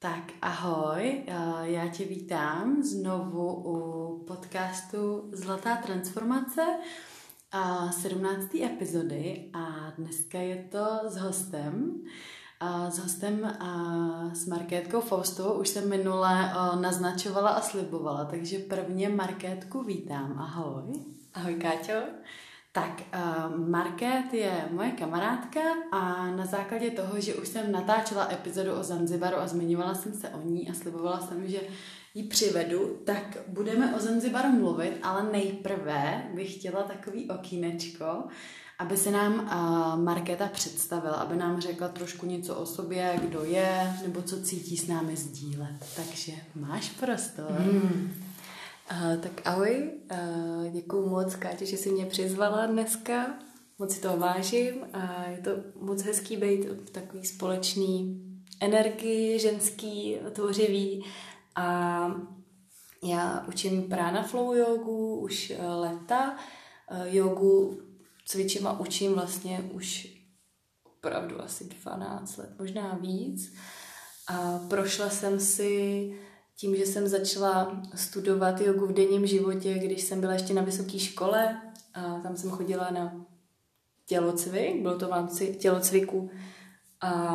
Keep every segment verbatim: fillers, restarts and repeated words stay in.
Tak ahoj, já tě vítám znovu u podcastu Zlatá transformace a sedmnácté epizody a dneska je to s hostem. A s hostem a s Markétkou Faustovou už jsem minule o, naznačovala a slibovala, takže prvně Markétku vítám. Ahoj. Ahoj Káťo. Tak, uh, Markét je moje kamarádka a na základě toho, že už jsem natáčela epizodu o Zanzibaru a zmiňovala jsem se o ní a slibovala jsem, že ji přivedu, tak budeme o Zanzibaru mluvit, ale nejprve bych chtěla takový okýnečko, aby se nám uh, Markéta představila, aby nám řekla trošku něco o sobě, kdo je, nebo co cítí s námi sdílet. Takže máš prostor. Hmm. Uh, tak ahoj, uh, děkuju moc, Káťo, že jsi mě přizvala dneska, moc si toho vážím a je to moc hezký být v takový společný energii, ženský, tvořivý a já učím Prana Flow jogu už leta, uh, jogu cvičím a učím vlastně už opravdu asi dvanáct let, možná víc a prošla jsem si tím, že jsem začala studovat jogu v denním životě, když jsem byla ještě na vysoké škole a tam jsem chodila na tělocvik, bylo to v rámci tělocviku a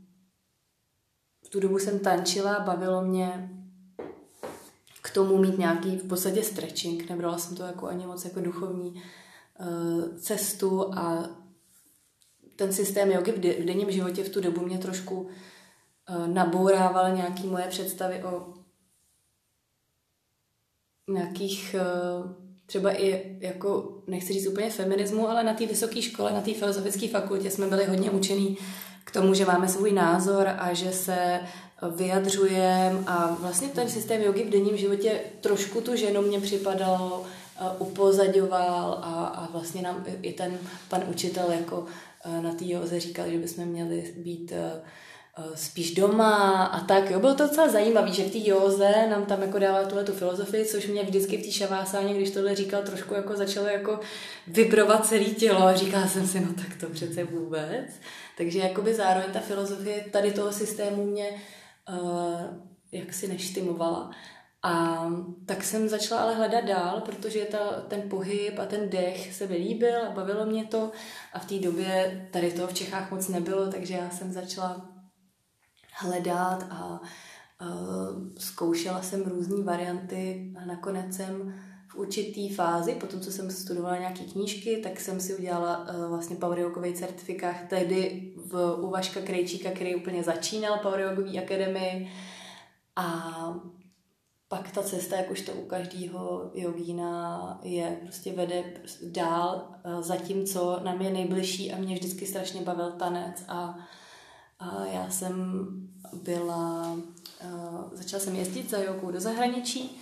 v tu dobu jsem tančila, bavilo mě k tomu mít nějaký v podstatě stretching, nebrala jsem to jako ani moc jako duchovní uh, cestu a ten systém jogy v, de- v denním životě v tu dobu mě trošku uh, nabourával nějaký moje představy o nějakých třeba i jako, nechci říct úplně feminismu, ale na té vysoké škole, na té filozofické fakultě jsme byli hodně učení k tomu, že máme svůj názor a že se vyjadřujeme a vlastně ten systém jogy v denním životě trošku tu ženu mě připadalo, upozaďoval a, a vlastně nám i ten pan učitel jako na té józe říkal, že bychom měli být spíš doma a tak, jo, bylo to docela zajímavý, že v té józe nám tam jako dává tuhletu filozofii, což mě vždycky v té šavásáně, když tohle říkal, trošku jako začalo jako vibrovat celé tělo a říkala jsem si, no tak to přece vůbec. Takže jakoby zároveň ta filozofie tady toho systému mě uh, jaksi neštimovala. A tak jsem začala ale hledat dál, protože ta, ten pohyb a ten dech se mi líbil a bavilo mě to a v té době tady toho v Čechách moc nebylo, takže já jsem začala hledat a uh, zkoušela jsem různé varianty a nakonec jsem v určitý fázi, potom co jsem studovala nějaké knížky, tak jsem si udělala uh, vlastně power jogový certifikát tehdy v, u Vaška Krejčíka, který úplně začínal power jogový akademii a pak ta cesta, jak už to u každého jogína je, prostě vede dál, uh, zatímco nám je nejbližší a mě vždycky strašně bavil tanec a A já jsem byla, uh, začala jsem jezdit za jogou do zahraničí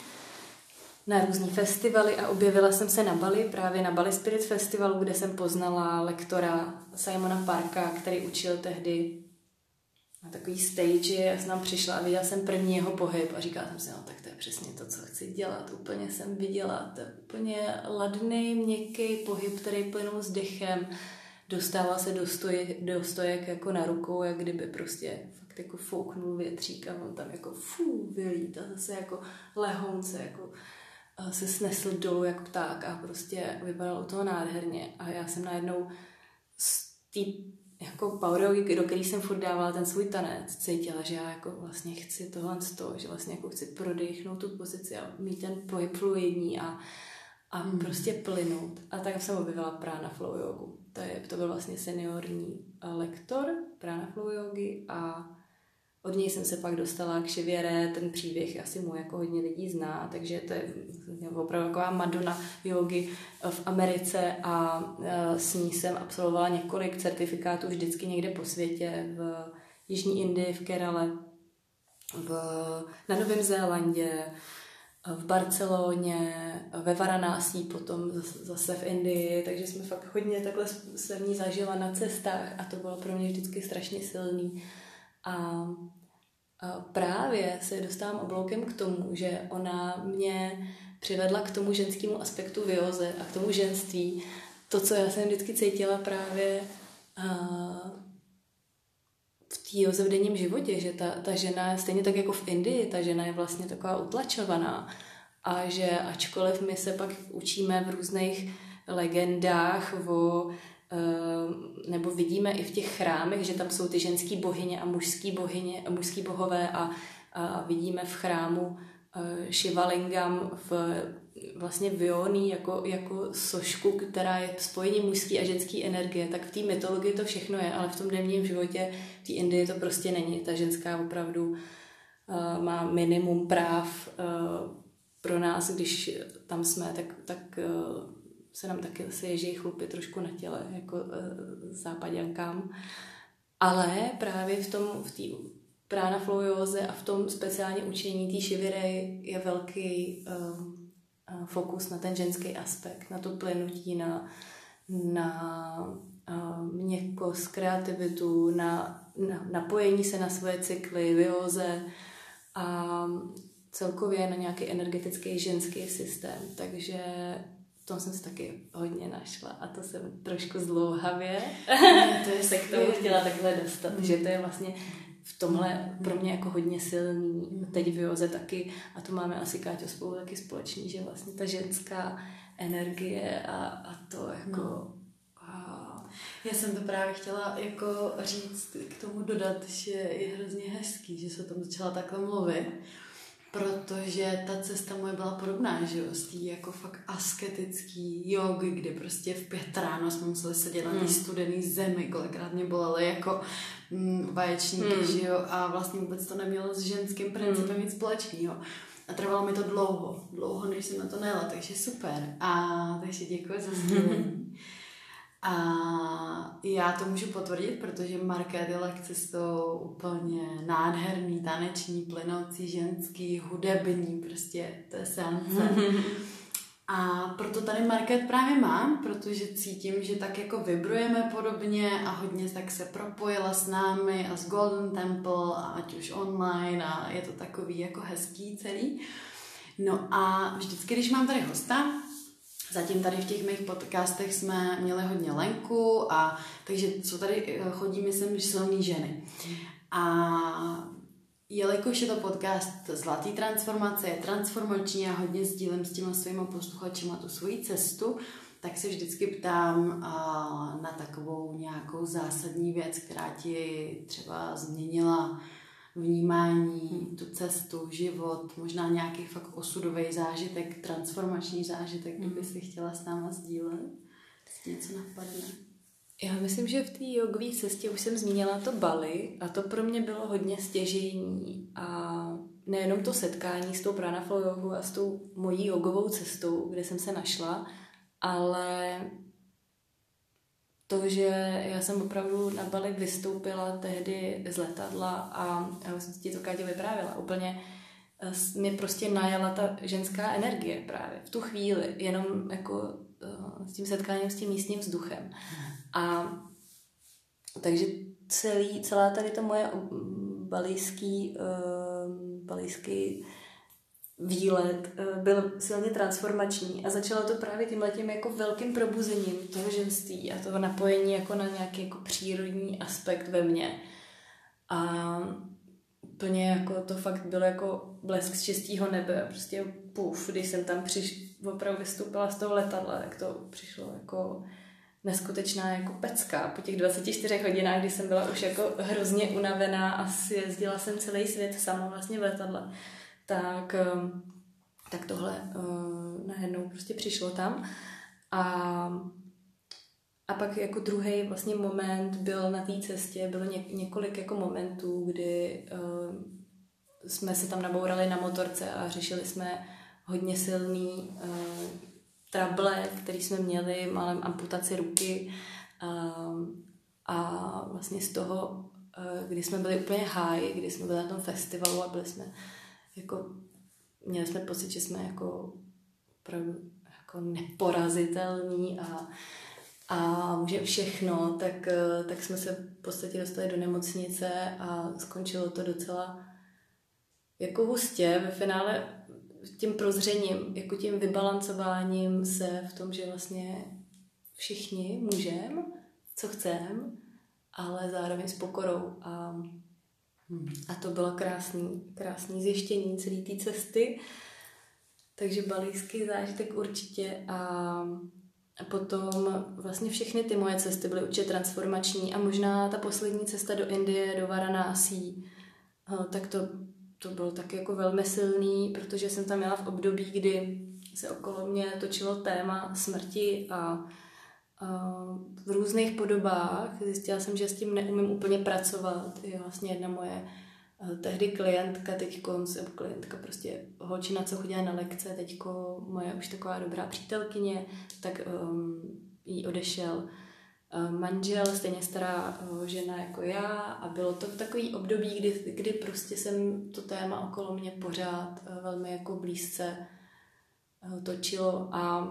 na různý festivaly a objevila jsem se na Bali, právě na Bali Spirit Festivalu, kde jsem poznala lektora Simona Parka, který učil tehdy na takový stage. Já jsem tam přišla a viděla jsem první jeho pohyb a říkala jsem si, no tak to je přesně to, co chci dělat. Úplně jsem viděla, to je úplně ladný, měkký pohyb, který plynul s dechem. Dostával se do, stoje, do stojek jako na rukou, jak kdyby prostě fakt jako fouknul větřík a on tam jako fů, vylít a zase jako lehounce jako se snesl dolů jak pták a prostě vypadalo to nádherně. A já jsem najednou z té jako power jogy, do který jsem furt dávala ten svůj tanec, cítila, že já jako vlastně chci tohle z toho, že vlastně jako chci prodechnout tu pozici a mít ten pohyb fluidní a a hmm. prostě plynout. A tak jsem objevila Prana Flow jogu. To, je, to byl vlastně seniorní lektor Prana Flow jogy a od něj jsem se pak dostala k Šivěre. Ten příběh asi můj jako hodně lidí zná, takže to je opravdu taková Madonna jogy v Americe a s ní jsem absolvovala několik certifikátů vždycky někde po světě, v Jižní Indii, v Kerale, v, na Novém Zélandě, v Barceloně, ve Varanásí, potom zase v Indii, takže jsme fakt hodně takhle se v ní zažila na cestách a to bylo pro mě vždycky strašně silný. A, a právě se dostávám obloukem k tomu, že ona mě přivedla k tomu ženskému aspektu v józe a k tomu ženství. To, co já jsem vždycky cítila právě v té józe v denním životě, že ta, ta žena je stejně tak jako v Indii, ta žena je vlastně taková utlačovaná a že ačkoliv my se pak učíme v různých legendách o, nebo vidíme i v těch chrámech, že tam jsou ty ženský bohyně a mužský bohyně, mužský bohové a, a vidíme v chrámu Shivalingam v vlastně Vyoný jako, jako sošku, která je spojení mužský a ženský energie, tak v té mytologii to všechno je, ale v tom denním životě v té Indii to prostě není. Ta ženská opravdu uh, má minimum práv uh, pro nás, když tam jsme, tak, tak uh, se nám taky se ježí chlupy trošku na těle, jako uh, západěnkám. Ale právě v tom, v té prána flow józe a v tom speciálně učení té Shivirej je velký uh, fokus na ten ženský aspekt, na to plynutí, na, na uh, měkkost, kreativitu, na, na napojení se na svoje cykly v józe a celkově na nějaký energetický ženský systém. Takže v tom jsem se taky hodně našla a to jsem trošku zdlouhavě to je se k tomu chtěla takhle dostat, mm. že to je vlastně v tomhle pro mě jako hodně silný, teď v józe taky, a to máme asi, Káťo, spolu taky společný, že vlastně ta ženská energie a, a to jako... No. A... Já jsem to právě chtěla jako říct, k tomu dodat, že je hrozně hezký, že se o tom začala takhle mluvit, protože ta cesta moje byla podobná, že jo, z té jako fakt asketický jogy, kdy prostě v pět ráno jsme museli sedět na té studený zemi, kolikrát mě bolely jako mm, vaječníky, mm. že jo, a vlastně vůbec to nemělo s ženským principem nic společného. A trvalo mi to dlouho, dlouho, než jsem na to nejela, takže super. A takže děkuji za sdílení. A já to můžu potvrdit, protože Markéty lekce jsou úplně nádherný, taneční, plynoucí, ženský, hudební, prostě to je seance. A proto tady Market právě mám, protože cítím, že tak jako vibrujeme podobně a hodně tak se propojila s námi a s Golden Temple, a ať už online, a je to takový jako hezký celý. No a vždycky, když mám tady hosta, zatím tady v těch mých podcastech jsme měli hodně Lenku, a takže co tady chodí, myslím, silný ženy. A jelikož je to podcast Zlatý transformace, je transformační a hodně sdílím s těma svýma posluchačima tu svoji cestu, tak se vždycky ptám na takovou nějakou zásadní věc, která ti třeba změnila vnímání, tu cestu, život, možná nějaký fakt osudový zážitek, transformační zážitek, kdyby si chtěla s náma sdílet. Něco napadne. Já myslím, že v té jogové cestě už jsem zmínila to Bali a to pro mě bylo hodně stěžejní a nejenom to setkání s tou Prana Flow jogou a s tou mojí jogovou cestou, kde jsem se našla, ale to, že já jsem opravdu na Bali vystoupila tehdy z letadla a já jsem ti to, Káťo, vyprávěla. Úplně mě prostě najala ta ženská energie právě v tu chvíli, jenom jako s tím setkáním s tím místním vzduchem. A takže celý, celá tady to moje balijský, uh, balijský výlet uh, byl silně transformační a začalo to právě tímhletím jako velkým probuzením toho ženství a toho napojení jako na nějaký jako přírodní aspekt ve mně. A úplně jako to fakt bylo jako blesk z čistého nebe. Prostě puf, když jsem tam přiš, opravdu vystoupila z toho letadla, tak to přišlo jako neskutečná jako pecka. Po těch dvaceti čtyřech hodinách, kdy jsem byla už jako hrozně unavená a jezdila jsem celý svět sama vlastně v letadle, tak, tak tohle uh, najednou prostě přišlo tam. A, a pak jako druhý vlastně moment byl na té cestě, bylo ně, několik jako momentů, kdy uh, jsme se tam nabourali na motorce a řešili jsme hodně silný uh, trable, který jsme měli, malém amputaci ruky uh, a vlastně z toho, uh, kdy jsme byli úplně high, kdy jsme byli na tom festivalu a byli jsme jako, měli jsme pocit, že jsme jako opravdu jako neporazitelní a, a můžeme všechno, tak, uh, tak jsme se v podstatě dostali do nemocnice a skončilo to docela jako hustě. Ve finále tím prozřením, jako tím vybalancováním se v tom, že vlastně všichni můžeme, co chceme, ale zároveň s pokorou. A Hmm. A to bylo krásný, krásný zjištění celé té cesty. Takže balijský zážitek určitě. A, a potom vlastně všechny ty moje cesty byly určitě transformační a možná ta poslední cesta do Indie, do Varanásí, tak to, to bylo taky jako velmi silný, protože jsem tam měla v období, kdy se okolo mě točilo téma smrti a v různých podobách. Zjistila jsem, že s tím neumím úplně pracovat. Je vlastně jedna moje tehdy klientka, teďko, nebo klientka, prostě holčina, co chodila na lekce, teďko moje už taková dobrá přítelkyně, tak um, jí odešel um, manžel, stejně stará uh, žena jako já a bylo to v takový období, kdy, kdy prostě jsem to téma okolo mě pořád uh, velmi jako blízce uh, točilo a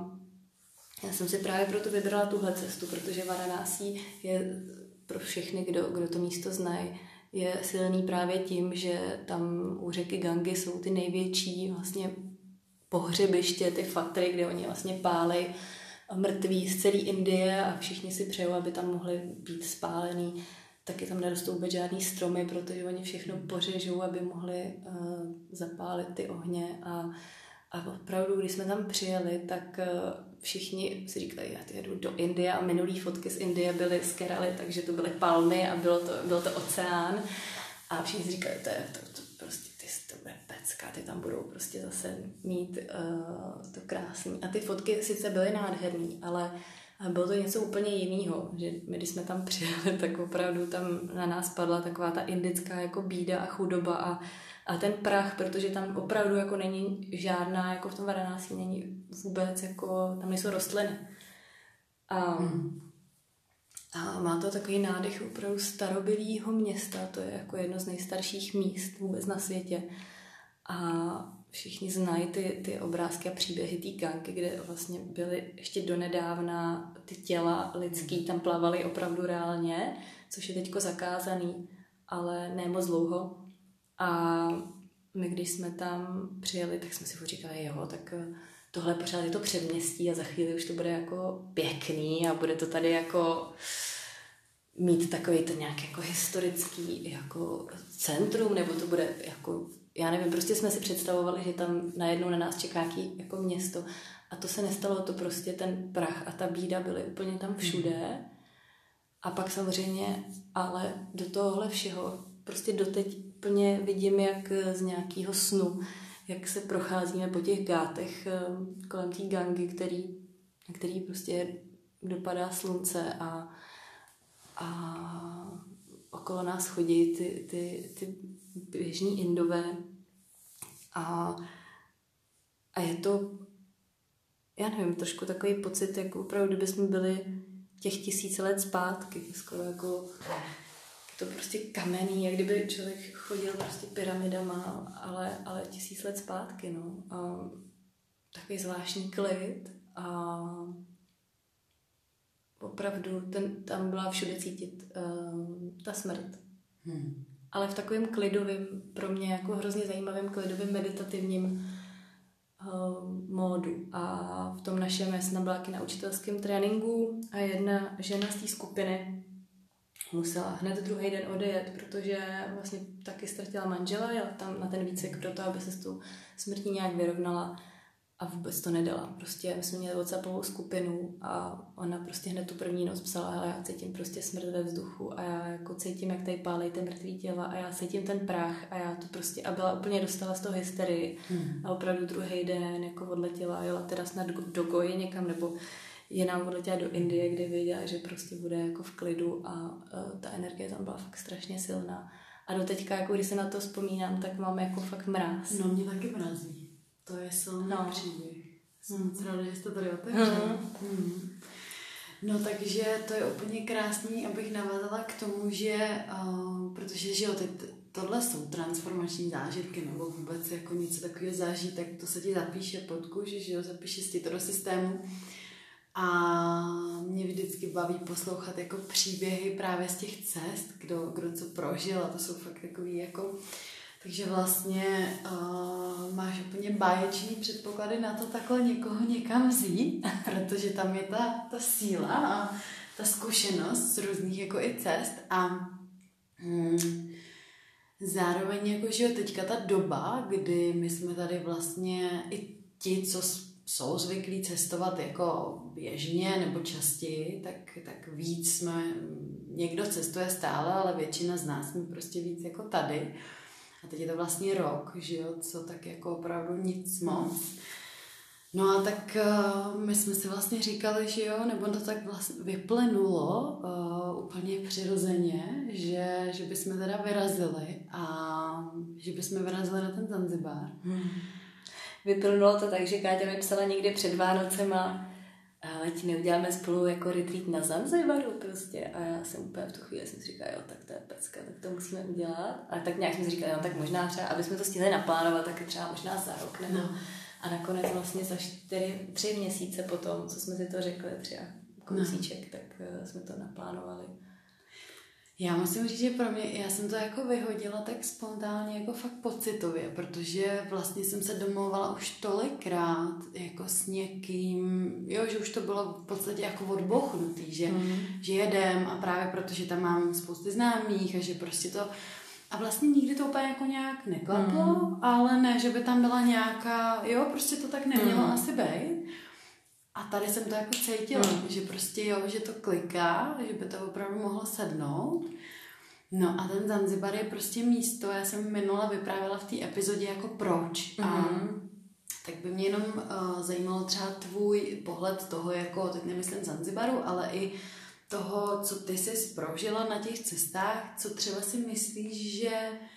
já jsem si právě proto vybrala tuhle cestu, protože Varanásí je pro všechny, kdo, kdo to místo znají, je silný právě tím, že tam u řeky Gangy jsou ty největší vlastně pohřebiště, ty fatry, kde oni vlastně pálej mrtví z celé Indie a všichni si přejou, aby tam mohli být spálený. Taky tam nerostou vůbec žádný stromy, protože oni všechno pořežou, aby mohli uh, zapálit ty ohně a A opravdu, když jsme tam přijeli, tak všichni si říkali, já jedu do Indie a minulý fotky z Indie byly z Keraly, takže to byly palmy a bylo to, byl to oceán. A všichni si říkali, to je to, to prostě, ty, to bude pecka, ty tam budou prostě zase mít uh, to krásný. A ty fotky sice byly nádherný, ale bylo to něco úplně jiného, že my, když jsme tam přijeli, tak opravdu tam na nás padla taková ta indická jako bída a chudoba a A ten prach, protože tam opravdu jako není žádná, jako v tom Varanásí není vůbec, jako tam nejsou rostliny. A, hmm. a má to takový nádech opravdu starobylýho města, to je jako jedno z nejstarších míst vůbec na světě. A všichni znají ty, ty obrázky a příběhy té Gangy, kde vlastně byly ještě donedávna ty těla lidský, tam plavaly opravdu reálně, což je teďko zakázaný, ale ne moc dlouho. A my, když jsme tam přijeli, tak jsme si říkali, jo, tak tohle pořád je to předměstí a za chvíli už to bude jako pěkný a bude to tady jako mít takový ten nějaký jako historický jako centrum, nebo to bude jako, já nevím, prostě jsme si představovali, že tam najednou na nás čeká nějaký jako město a to se nestalo, to prostě ten prach a ta bída byly úplně tam všude. A pak samozřejmě, ale do tohohle všeho prostě doteď úplně vidím, jak z nějakého snu, jak se procházíme po těch gátech kolem té Gangy, který, na který prostě dopadá slunce a, a okolo nás chodí ty, ty, ty běžní Indové a, a je to, já nevím, trošku takový pocit, jako opravdu, kdyby jsme byli těch tisíce let zpátky, skoro jako to prostě kamenný, jak kdyby člověk chodil prostě pyramidama, ale, ale tisíc let zpátky, no. A takový zvláštní klid a opravdu ten, tam byla všude cítit uh, ta smrt. Hmm. Ale v takovém klidovém, pro mě jako hrozně zajímavém klidovém meditativním uh, módu. A v tom našem, já jsem byla na učitelském tréninku a jedna žena z té skupiny musela hned druhý den odjet, protože vlastně taky ztratila manžela, jela tam na ten výcvik proto, aby se s tou smrtí nějak vyrovnala a vůbec to nedala. Prostě my jsme měli WhatsAppovou skupinu a ona prostě hned tu první noc psala, hele, já cítím prostě smrt ve vzduchu a já jako cítím, jak tady pálej ty mrtvý těla a já cítím ten prach a já to prostě, a byla úplně dostala z toho hysterii hmm. a opravdu druhý den jako odletěla a jela teda snad do Goji někam nebo je nám odletěla do Indie, kde věděla, že prostě bude jako v klidu a uh, ta energie tam byla fakt strašně silná. A doteďka, jako když se na to vzpomínám, tak mám jako fakt mráz. No, mě taky mrazí. To je silný no. příběh. Jsem moc hmm. ráda, že jste tady otevřela. Hmm. Hmm. No, takže to je úplně krásný, abych navázala k tomu, že uh, protože, že jo, teď tohle jsou transformační zážitky, nebo vůbec jako něco takového zažít, tak to se ti zapíše pod kůži, že jo, zapíše si to do systému. A mě vždycky baví poslouchat jako příběhy právě z těch cest, kdo, kdo co prožil a to jsou fakt takový jako, takže vlastně uh, máš úplně báječný předpoklady na to takhle někoho někam vzít, protože tam je ta, ta síla a ta zkušenost z různých jako i cest a hmm, zároveň jako, že teďka ta doba, kdy my jsme tady vlastně i ti, co jsou zvyklí cestovat jako běžně nebo častěji, tak, tak víc jsme, někdo cestuje stále, ale většina z nás jsme prostě víc jako tady. A teď je to vlastně rok, že jo, co tak jako opravdu nic moc. No a tak uh, my jsme si vlastně říkali, že jo, nebo to tak vlastně vyplynulo uh, úplně přirozeně, že, že bychom teda vyrazili a že bychom vyrazili na ten Zanzibar. Hmm. Vyplynulo to tak, že Káťa mi psala někdy před Vánocema, ať neuděláme spolu jako retreat na Zanzibaru prostě. A já jsem úplně v tu chvíli jsem si říkala, jo, tak to je pecka, tak to musíme udělat. A tak nějak jsem si říkala, jo, tak možná třeba, aby jsme to stihli naplánovat, tak třeba možná za rok nebo... No. A nakonec vlastně za čtyři, tři měsíce potom, co jsme si to řekli, tři a kousíček, no. tak uh, jsme to naplánovali. Já musím říct, že pro mě, já jsem to jako vyhodila tak spontánně, jako fakt pocitově, protože vlastně jsem se domlouvala už tolikrát jako s někým, jo, že už to bylo v podstatě jako odbouchnutý, že, mm. že jedem a právě protože tam mám spousty známých a že prostě to... A vlastně nikdy to úplně jako nějak neklaplo, mm. ale ne, že by tam byla nějaká, jo, prostě to tak nemělo mm. asi být. A tady jsem to jako cítila, mm. že prostě jo, že to kliká, že by to opravdu mohlo sednout. No a ten Zanzibar je prostě místo, já jsem minule vyprávěla v té epizodě jako proč. Mm. A tak by mě jenom uh, zajímalo třeba tvůj pohled toho, jako, teď nemyslím Zanzibaru, ale i toho, co ty jsi prožila na těch cestách, co třeba si myslíš, že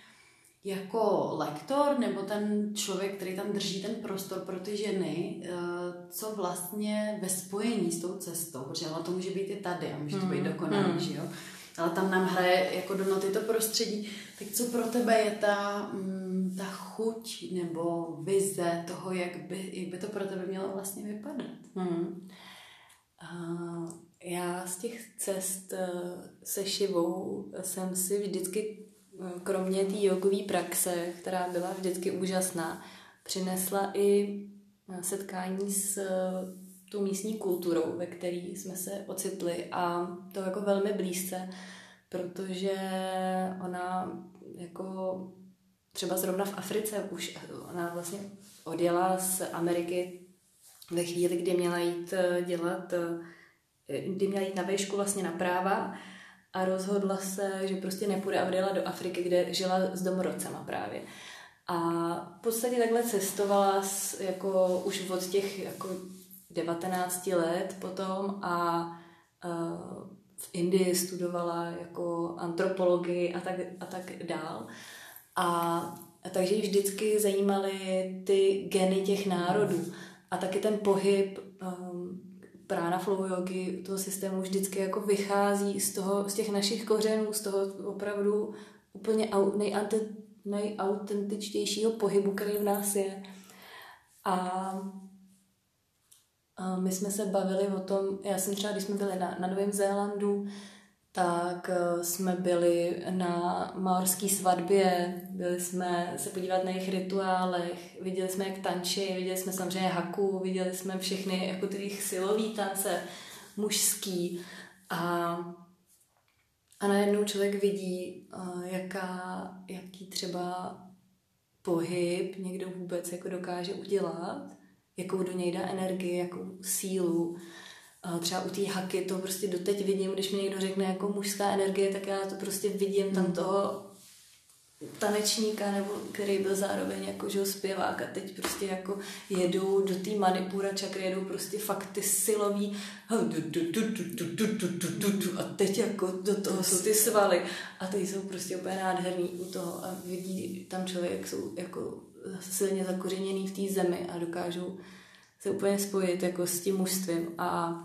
jako lektor nebo ten člověk, který tam drží ten prostor pro ty ženy, co vlastně ve spojení s tou cestou, protože ono to může být i tady a může to být dokonalý, mm. že jo? Ale tam nám hraje jako do noty to prostředí. Tak co pro tebe je ta, ta chuť nebo vize toho, jak by, jak by to pro tebe mělo vlastně vypadat? Mm. Uh... Já z těch cest se Šivou jsem si vždycky, kromě té jogové praxe, která byla vždycky úžasná, přinesla i setkání s tou místní kulturou, ve které jsme se ocitli a to jako velmi blízce, protože ona jako třeba zrovna v Africe už ona vlastně odjela z Ameriky ve chvíli, kdy měla jít dělat kdy měla jít na výšku vlastně na práva a rozhodla se, že prostě nepůjde a odjela do Afriky, kde žila s domorodcema právě. A v podstatě takhle cestovala s, jako už od těch jako devatenácti let potom a uh, v Indii studovala jako antropologii a tak, a tak dál. A, a takže ji vždycky zajímaly ty geny těch národů a taky ten pohyb um, prána flow yogi, toho systému vždycky jako vychází z toho, z těch našich kořenů, z toho opravdu úplně nejante, nejautentičtějšího pohybu, který v nás je. A, a my jsme se bavili o tom, já jsem třeba, když jsme byli na, na Novém Zélandu, tak jsme byli na maorské svatbě, byli jsme se podívat na jejich rituálech, viděli jsme, jak tančí, viděli jsme samozřejmě haku, viděli jsme všechny jako ty jejich silový tance, mužský a, a najednou člověk vidí, jaká, jaký třeba pohyb někdo vůbec jako dokáže udělat, jakou do něj dá energii, jakou sílu. Třeba u té haky to prostě doteď vidím, když mi někdo řekne jako mužská energie, tak já to prostě vidím tam toho tanečníka, nebo který byl zároveň jako že zpěvák a teď prostě jako jedou do té manipura čakry, jedou prostě fakt ty silový a teď jako do toho jsou ty svaly a ty jsou prostě úplně nádherný u toho a vidí tam člověk, jsou jako silně zakořeněný v té zemi a dokážou se úplně spojit jako s tím mužstvím a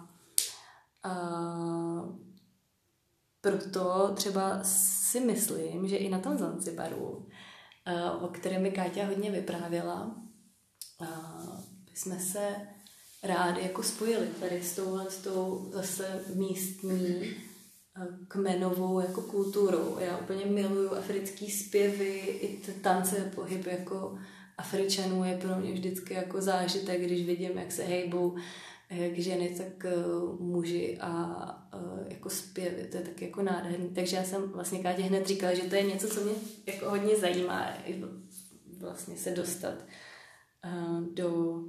A proto třeba si myslím, že i na tom Zanzibaru, o kterém mi Káťa hodně vyprávěla, jsme se rádi jako spojili tady s touhle s tou zase místní kmenovou jako kulturou. Já úplně miluju africký zpěvy, i tance, pohyb jako Afričanů je pro mě vždycky jako zážitek, když vidím, jak se hejbou, jak ženy, tak uh, muži a uh, jako zpěvy, to je taky jako nádherný. Takže já jsem vlastně Kátě hned říkala, že to je něco, co mě jako hodně zajímá, vlastně se dostat uh, do,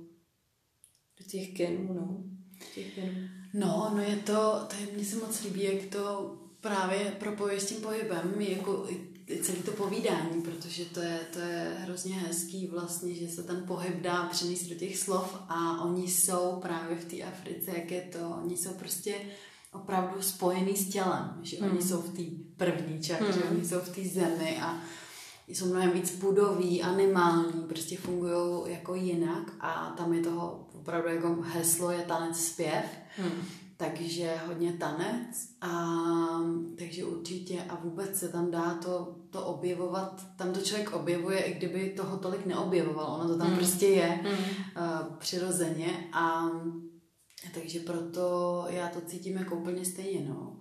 do těch genů, no. Těch genů. No, no je to, to je, mně se moc líbí, jak to právě propojuje s tím pohybem, jako celé to povídání, protože to je, to je hrozně hezký vlastně, že se ten pohyb dá přenést do těch slov a oni jsou právě v té Africe, jak je to, oni jsou prostě opravdu spojený s tělem, že mm. oni jsou v té první čakře, mm. oni jsou v té zemi a jsou mnohem víc půdoví, animální, prostě fungují jako jinak a tam je toho opravdu jako heslo je tanec zpěv, mm. takže hodně tanec a takže určitě a vůbec se tam dá to, to objevovat, tam to člověk objevuje, i kdyby toho tolik neobjevoval, ono to tam mm. prostě je mm. uh, přirozeně a takže proto já to cítím jako úplně stejně, no.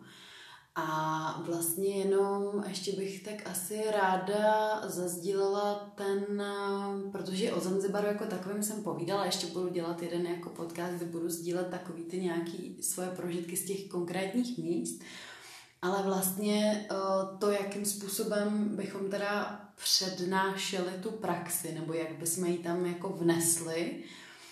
A vlastně jenom ještě bych tak asi ráda zazdílela ten, protože o Zanzibaru jako takovým jsem povídala, ještě budu dělat jeden jako podcast, kde budu sdílet takový ty nějaký svoje prožitky z těch konkrétních míst, ale vlastně to, jakým způsobem bychom teda přednášeli tu praxi, nebo jak bychom ji tam jako vnesli,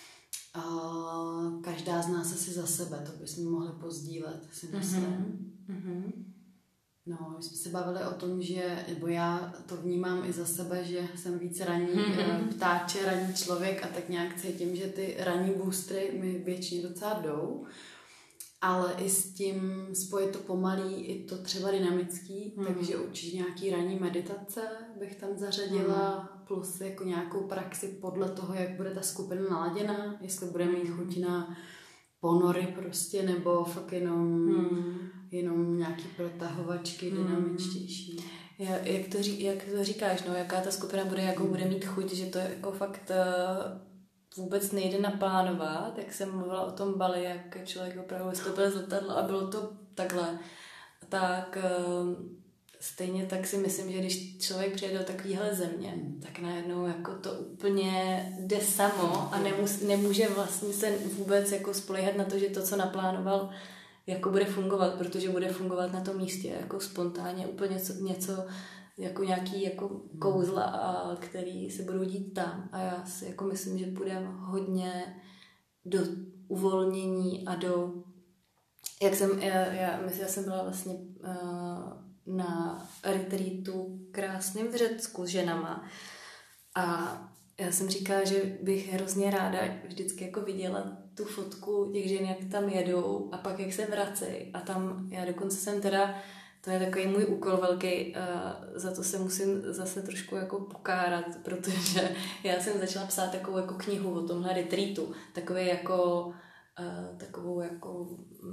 každá z nás asi za sebe, to bychom mohli pozdílet, si myslím. Mm-hmm. Mm-hmm. No, my jsme se bavili o tom, že, nebo já to vnímám i za sebe, že jsem víc ranní mm-hmm. ptáče, ranní člověk a tak nějak cítím, že ty ranní boostry mi většině docela jdou, ale i s tím spojit to pomalý, i to třeba dynamický, mm-hmm. takže určitě nějaký ranní meditace bych tam zařadila, mm-hmm. plus jako nějakou praxi podle toho, jak bude ta skupina naladěná, jestli bude mít chuť na ponory prostě, nebo fakt jenom, mm. jenom nějaký protahovačky mm. dynamičtější. Ja, jak, to ří, jak to říkáš, no, jaká ta skupina bude, jakou bude mít chuť, že to jako fakt uh, vůbec nejde naplánovat, jak jsem mluvila o tom Bali, jak člověk opravdu vystoupil z letadla a bylo to takhle, tak uh, stejně tak si myslím, že když člověk přijede do takovéhle země, tak najednou jako to úplně jde samo a nemus, nemůže vlastně se vůbec jako spoléhat na to, že to, co naplánoval, jako bude fungovat, protože bude fungovat na tom místě jako spontánně úplně něco, něco jako nějaký jako kouzla, a který se budou dít tam. A já si jako myslím, že půjdeme hodně do uvolnění a do, jak jsem, já, já myslím, že jsem byla vlastně uh, na retreatu krásným v Řecku s ženama a já jsem říkala, že bych hrozně ráda vždycky jako viděla tu fotku těch žen, jak tam jedou a pak jak se vracejí a tam já dokonce jsem teda, to je takový můj úkol velký, za to se musím zase trošku jako pokárat, protože já jsem začala psát takovou jako knihu o tomhle retreatu, takový jako takovou jako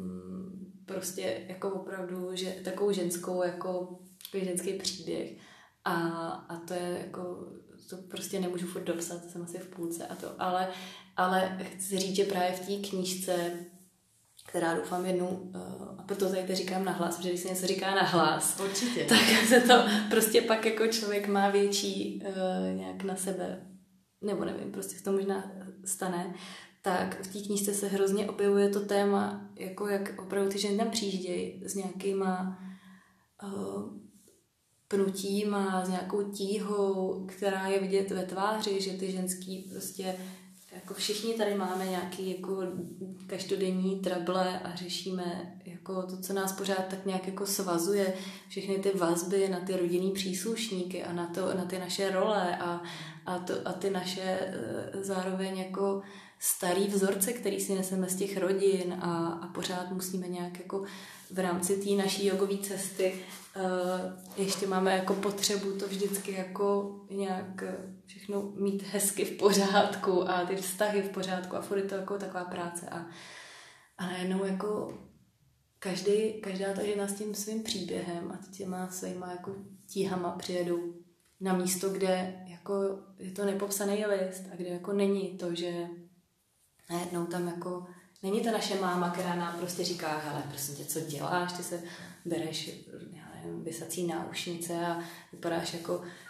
prostě jako opravdu, že takovou ženskou jako ženský příběh a, a to je jako to prostě nemůžu furt dopsat, jsem asi v půlce a to, ale, ale chci říct, že právě v té knížce, která doufám jednou, a proto tady to říkám nahlas, protože když se něco říká nahlas, určitě, tak se to prostě pak jako člověk má větší uh, nějak na sebe, nebo nevím, prostě se to možná stane, tak v té knížce se hrozně objevuje to téma, jako jak opravdu ty ženy tam přijíždějí s nějakýma uh, pnutím a s nějakou tíhou, která je vidět ve tváři, že ty ženský prostě, jako všichni tady máme nějaký jako každodenní trable a řešíme jako to, co nás pořád tak nějak jako svazuje, všechny ty vazby na ty rodinný příslušníky a na, to, na ty naše role a, a, to, a ty naše zároveň jako starý vzorce, který si neseme z těch rodin a, a pořád musíme nějak jako v rámci té naší jogové cesty uh, ještě máme jako potřebu to vždycky jako nějak všechno mít hezky v pořádku a ty vztahy v pořádku a furt je to jako taková práce a, a najednou jako každý, každá ta žena s tím svým příběhem a těma svýma jako tíhama přijedou na místo, kde jako je to nepopsaný list a kde jako není to, že najednou tam jako není to naše máma, která nám prostě říká, hele, prosím tě, co děláš, ty se bereš, já nevím, vysací náušnice a vypadáš jako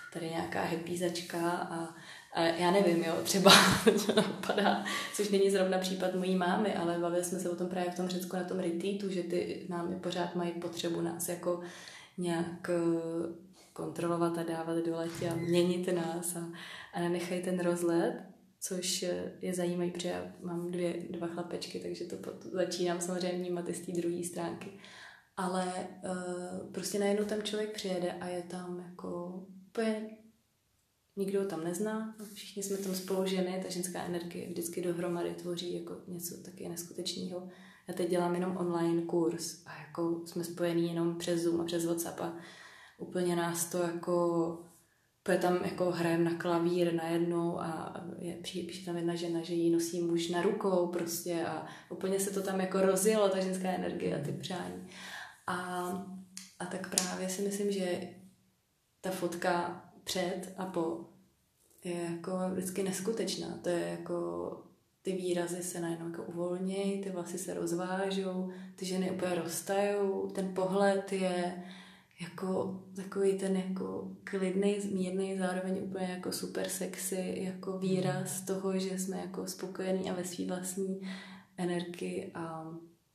tady nějaká hypízačka a, a já nevím, jo, třeba to napadá, což není zrovna případ mojí mámy, ale bavili jsme se o tom právě v tom Řecku na tom retreatu, že ty mámy pořád mají potřebu nás jako nějak kontrolovat a dávat do letě a měnit nás a, a nenechají ten rozhled, což je zajímavé, protože já mám dvě, dva chlapečky, takže to pot, začínám samozřejmě vnímat i z té druhé stránky. Ale uh, prostě najednou tam člověk přijede a je tam jako úplně nikdo ho tam nezná, všichni jsme tam spolu ženy, ta ženská energie vždycky dohromady tvoří jako něco taky neskutečného. Já teď dělám jenom online kurz a jako jsme spojení jenom přes Zoom a přes WhatsApp a úplně nás to jako protože tam jako hrajeme na klavír najednou a je, přijde tam jedna žena, že jí nosí muž na rukou prostě a úplně se to tam jako rozjelo, ta ženská energie a ty přání. A, a tak právě si myslím, že ta fotka před a po je jako vždycky neskutečná. To je jako ty výrazy se najednou jako uvolnějí, ty vlasy se rozvážou, ty ženy úplně roztajou, ten pohled je jako takový ten jako klidnej, mírnej, zároveň úplně jako super sexy, jako výraz toho, že jsme jako spokojení a ve svý vlastní energii a, a,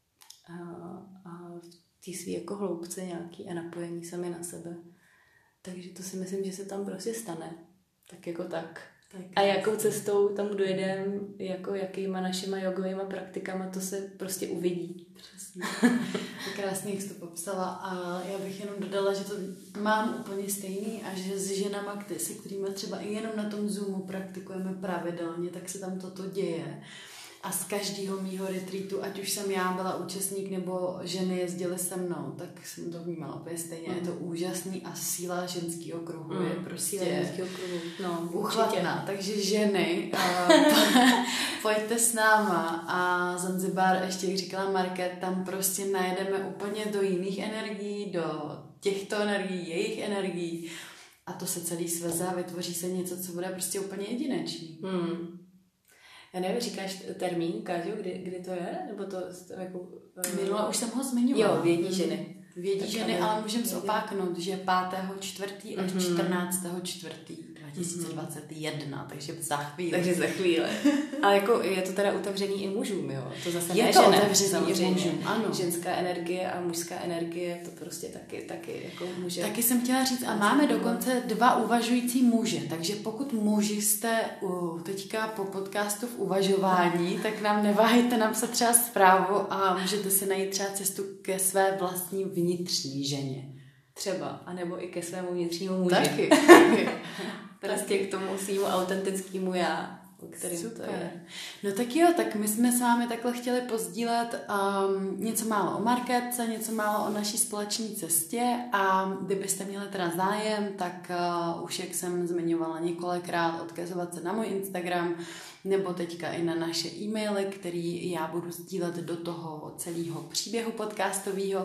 a v té svý jako hloubce nějaký a napojení sami na sebe. Takže to si myslím, že se tam prostě stane. Tak jako tak. tak a jakou cestou tam dojedeme, jako jakýma našima jogovýma praktikama, to se prostě uvidí. Přesně. Krásně, jak jsi to popsala. A já bych jenom dodala, že to mám úplně stejný a že s ženama, se kterými třeba i jenom na tom Zoomu praktikujeme pravidelně, tak se tam toto děje. A z každého mýho retreatu, ať už jsem já byla účastník nebo ženy jezdily se mnou, tak jsem to vnímala úplně stejně. Mm. Je to úžasný a síla ženského kruhu mm. je prostě ženského kruhu. No, uchvatná. Takže ženy, uh, pojďte s náma a Zanzibar, ještě jak říkala Market, tam prostě najedeme úplně do jiných energií, do těchto energií, jejich energií a to se celý sveze a vytvoří se něco, co bude prostě úplně jedinečný. Mm. Já nevím, říkáš termín, Káťo, kdy, kdy to je? Nebo to jako... Minule už jsem ho zmiňovala. Jo, vědí ženy. Vědí tak ženy, ale můžeme zopáknout, že pátého čtvrtého až mm-hmm. čtrnáctého čtvrtého dva tisíce dvacet jedna, mm-hmm. takže za chvíli. Takže za chvíli. A jako je to teda otevřený i mužům, jo? To zase je ne to žene, otevřený i mužům, ano. Ženská energie a mužská energie, to prostě taky, taky jako může... Taky jsem chtěla říct, a máme dokonce dva uvažující muže, takže pokud muži jste uh, teďka po podcastu v uvažování, tak nám neváhejte napsat třeba zprávu a můžete si najít třeba cestu ke své vlastní vnitřní ženě. Třeba, anebo i ke svému vnitřnímu muži. Taky. Prostě k tomu svýmu autentickému já, kterým super. To je. No tak jo, tak my jsme s vámi takhle chtěli pozdílet um, něco málo o marketce, něco málo o naší společné cestě a kdybyste měli teda zájem, tak uh, už jak jsem zmiňovala několikrát, odkazovat se na můj Instagram nebo teďka i na naše e-maily, který já budu sdílet do toho celého příběhu podcastového.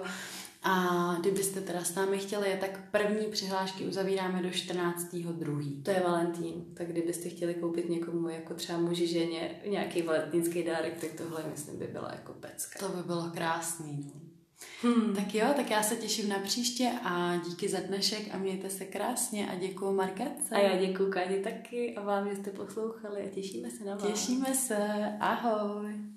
A kdybyste teda s námi chtěli, tak první přihlášky uzavíráme do čtrnáctého druhého To je Valentín, tak kdybyste chtěli koupit někomu jako třeba muži ženě nějaký valentínský dárek, tak tohle myslím by byla jako pecka. To by bylo krásný. No. Hmm. Tak jo, tak já se těším na příště a díky za dnešek a mějte se krásně a děkuju Marketce. A já děkuju Káti taky a vám, že jste poslouchali a těšíme se na vás. Těšíme se, ahoj.